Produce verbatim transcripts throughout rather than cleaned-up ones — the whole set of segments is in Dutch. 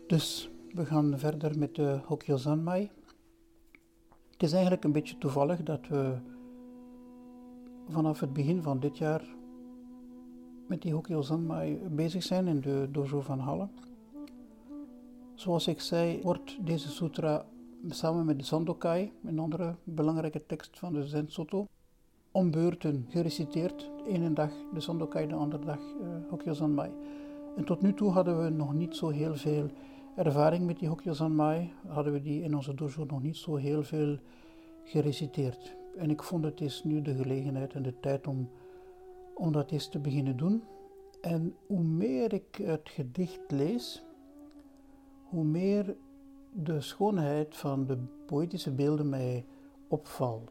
Dus we gaan verder met de Hokyo Zanmai. Het is eigenlijk een beetje toevallig dat we vanaf het begin van dit jaar met die Hokyo Zanmai bezig zijn in de dojo van Halle. Zoals ik zei, wordt deze sutra samen met de Sandokai, een andere belangrijke tekst van de Zen Soto, om beurten gereciteerd. De ene dag de Sandokai, de andere dag uh, Hokyo Zanmai. En tot nu toe hadden we nog niet zo heel veel ervaring met die Hokyo Zanmai. Hadden we die in onze dojo nog niet zo heel veel gereciteerd. En ik vond het is nu de gelegenheid en de tijd om, om dat eens te beginnen doen. En hoe meer ik het gedicht lees, hoe meer de schoonheid van de poëtische beelden mij opvalt.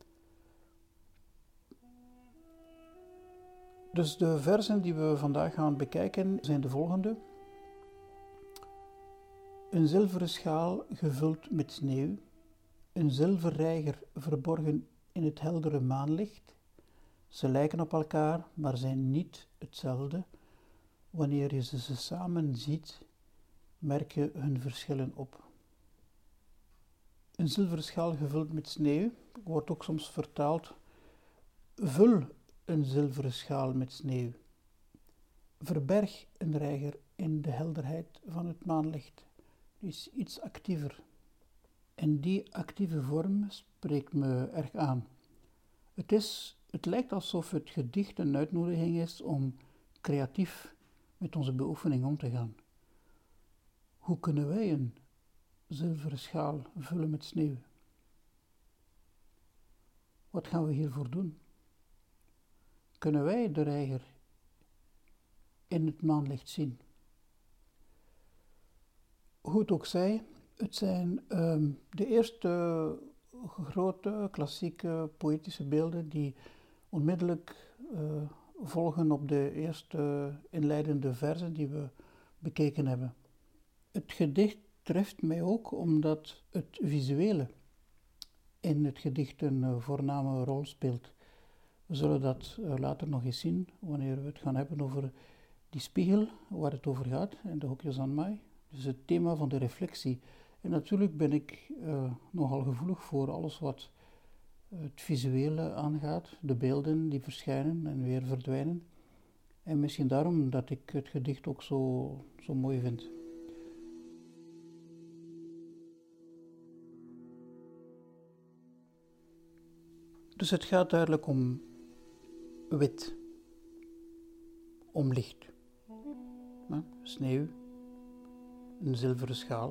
Dus de versen die we vandaag gaan bekijken zijn de volgende. Een zilveren schaal gevuld met sneeuw, een zilverreiger verborgen in het heldere maanlicht. Ze lijken op elkaar, maar zijn niet hetzelfde. Wanneer je ze samen ziet, merk je hun verschillen op. Een zilveren schaal gevuld met sneeuw wordt ook soms vertaald: vul een zilveren schaal met sneeuw. Verberg een reiger in de helderheid van het maanlicht. Dus iets actiever. En die actieve vorm spreekt me erg aan. Het is, het lijkt alsof het gedicht een uitnodiging is om creatief met onze beoefening om te gaan. Hoe kunnen wij een zilveren schaal vullen met sneeuw? Wat gaan we hiervoor doen? Kunnen wij de reiger in het maanlicht zien? Hoe het ook zij, het zijn um, de eerste grote klassieke poëtische beelden die onmiddellijk uh, volgen op de eerste inleidende verzen die we bekeken hebben. Het gedicht treft mij ook omdat het visuele in het gedicht een uh, voorname rol speelt. We zullen dat uh, later nog eens zien, wanneer we het gaan hebben over die spiegel, waar het over gaat, in de Hokyo Zanmai. Dus het thema van de reflectie. En natuurlijk ben ik uh, nogal gevoelig voor alles wat het visuele aangaat, de beelden die verschijnen en weer verdwijnen. En misschien daarom dat ik het gedicht ook zo, zo mooi vind. Dus het gaat duidelijk om wit, om licht, ja, sneeuw, een zilveren schaal.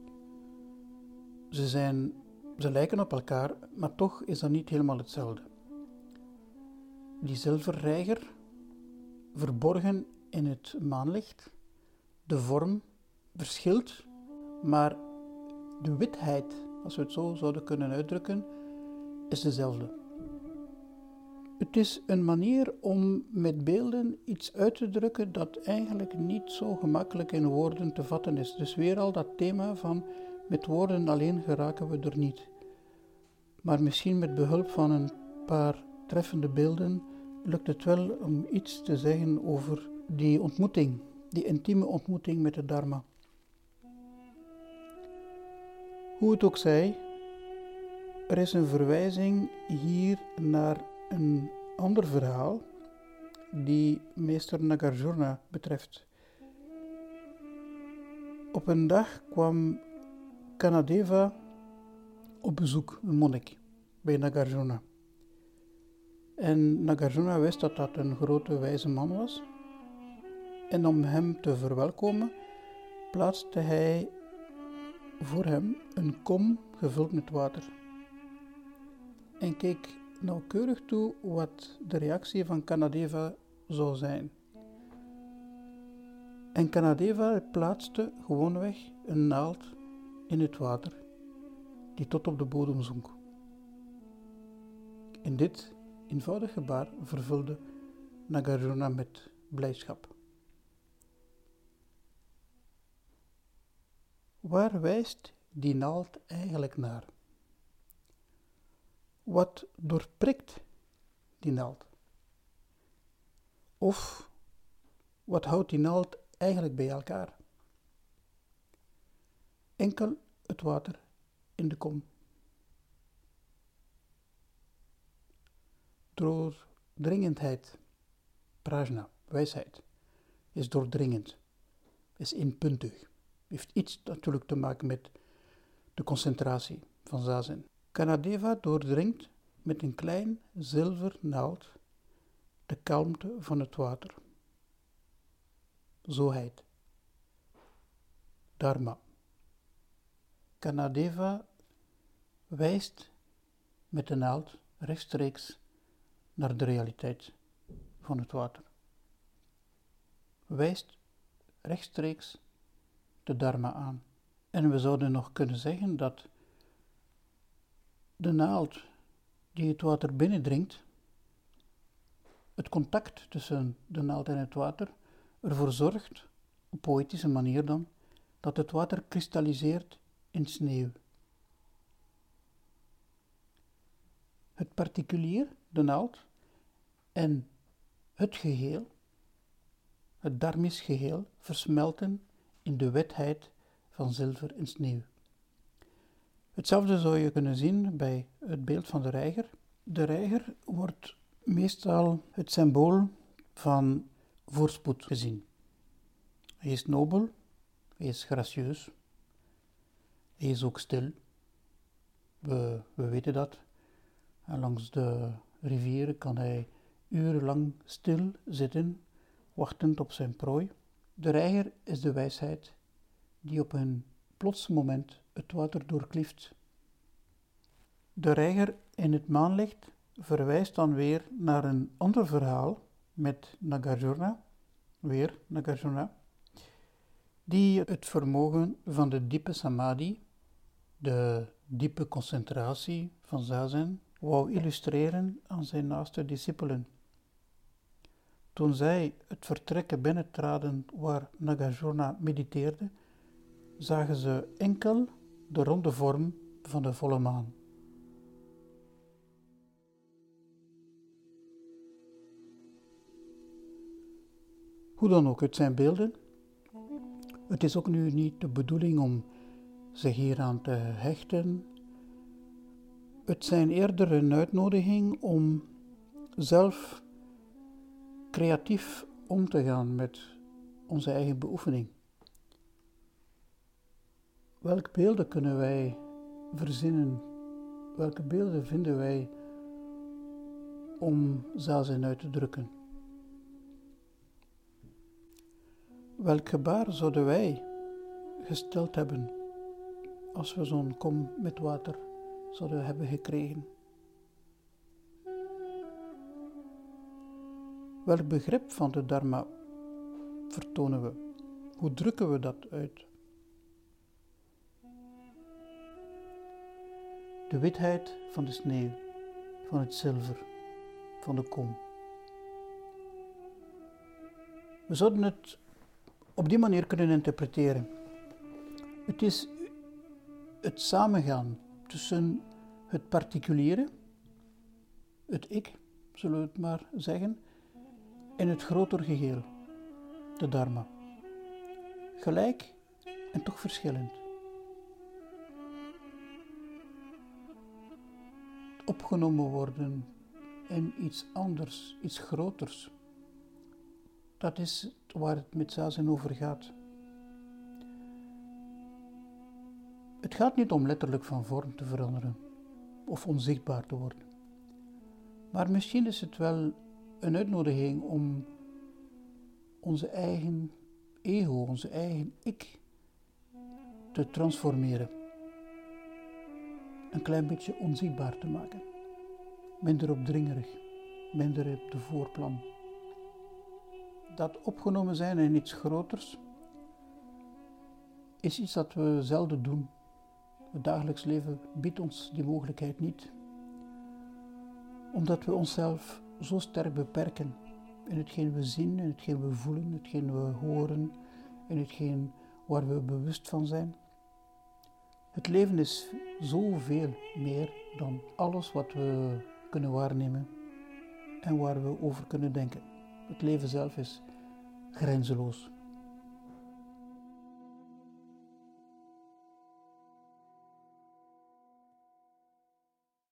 Ze, zijn, ze lijken op elkaar, maar toch is dat niet helemaal hetzelfde. Die zilverreiger, verborgen in het maanlicht, de vorm verschilt, maar de witheid, als we het zo zouden kunnen uitdrukken, is dezelfde. Het is een manier om met beelden iets uit te drukken dat eigenlijk niet zo gemakkelijk in woorden te vatten is. Dus weer al dat thema van met woorden alleen geraken we er niet. Maar misschien met behulp van een paar treffende beelden lukt het wel om iets te zeggen over die ontmoeting, die intieme ontmoeting met de Dharma. Hoe het ook zij, er is een verwijzing hier naar een ander verhaal die meester Nagarjuna betreft. Op een dag kwam Kanadeva op bezoek, een monnik, bij Nagarjuna. En Nagarjuna wist dat dat een grote wijze man was. En om hem te verwelkomen, plaatste hij voor hem een kom gevuld met water. En keek nauwkeurig toe wat de reactie van Kanadeva zou zijn. En Kanadeva plaatste gewoonweg een naald in het water, die tot op de bodem zonk. En dit eenvoudig gebaar vervulde Nagarjuna met blijdschap. Waar wijst die naald eigenlijk naar? Wat doorprikt die naald? Of wat houdt die naald eigenlijk bij elkaar? enkel het water in de kom. Doordringendheid, prajna, wijsheid, is doordringend, is inpuntig, heeft iets natuurlijk te maken met de concentratie van zazen. Kanadeva doordringt met een klein zilver naald de kalmte van het water. Zoheid. Dharma. Kanadeva wijst met de naald rechtstreeks naar de realiteit van het water. Wijst rechtstreeks de Dharma aan. En we zouden nog kunnen zeggen dat de naald die het water binnendringt, het contact tussen de naald en het water, ervoor zorgt, op poëtische manier dan, dat het water kristalliseert in sneeuw. Het particulier, de naald, en het geheel, het dharmisch geheel, versmelten in de wetheid van zilver en sneeuw. Hetzelfde zou je kunnen zien bij het beeld van de reiger. De reiger wordt meestal het symbool van voorspoed gezien. Hij is nobel, hij is gracieus, hij is ook stil. We, we weten dat. En langs de rivieren kan hij urenlang stil zitten, wachtend op zijn prooi. De reiger is de wijsheid die op een plots moment het water doorklieft. De reiger in het maanlicht verwijst dan weer naar een ander verhaal met Nagarjuna, weer Nagarjuna, die het vermogen van de diepe samadhi, de diepe concentratie van zazen, wou illustreren aan zijn naaste discipelen. Toen zij het vertrek binnentraden waar Nagarjuna mediteerde, zagen ze enkel de ronde vorm van de volle maan. Hoe dan ook, het zijn beelden. Het is ook nu niet de bedoeling om zich hieraan te hechten. Het zijn eerder een uitnodiging om zelf creatief om te gaan met onze eigen beoefening. Welke beelden kunnen wij verzinnen? Welke beelden vinden wij om zazen uit te drukken? Welk gebaar zouden wij gesteld hebben als we zo'n kom met water zouden hebben gekregen? Welk begrip van de Dharma vertonen we? Hoe drukken we dat uit? De witheid van de sneeuw, van het zilver, van de kom. We zouden het op die manier kunnen interpreteren. Het is het samengaan tussen het particuliere, het ik, zullen we het maar zeggen, en het groter geheel, de Dharma. Gelijk en toch verschillend. Opgenomen worden in iets anders, iets groters. Dat is waar het met zazen over gaat. Het gaat niet om letterlijk van vorm te veranderen of onzichtbaar te worden. Maar misschien is het wel een uitnodiging om onze eigen ego, onze eigen ik te transformeren. Een klein beetje onzichtbaar te maken. Minder opdringerig, minder op de voorplan. Dat opgenomen zijn in iets groters is iets dat we zelden doen. Het dagelijks leven biedt ons die mogelijkheid niet. Omdat we onszelf zo sterk beperken in hetgeen we zien, in hetgeen we voelen, hetgeen we horen, in hetgeen waar we bewust van zijn. Het leven is zoveel meer dan alles wat we kunnen waarnemen en waar we over kunnen denken. Het leven zelf is grenzeloos.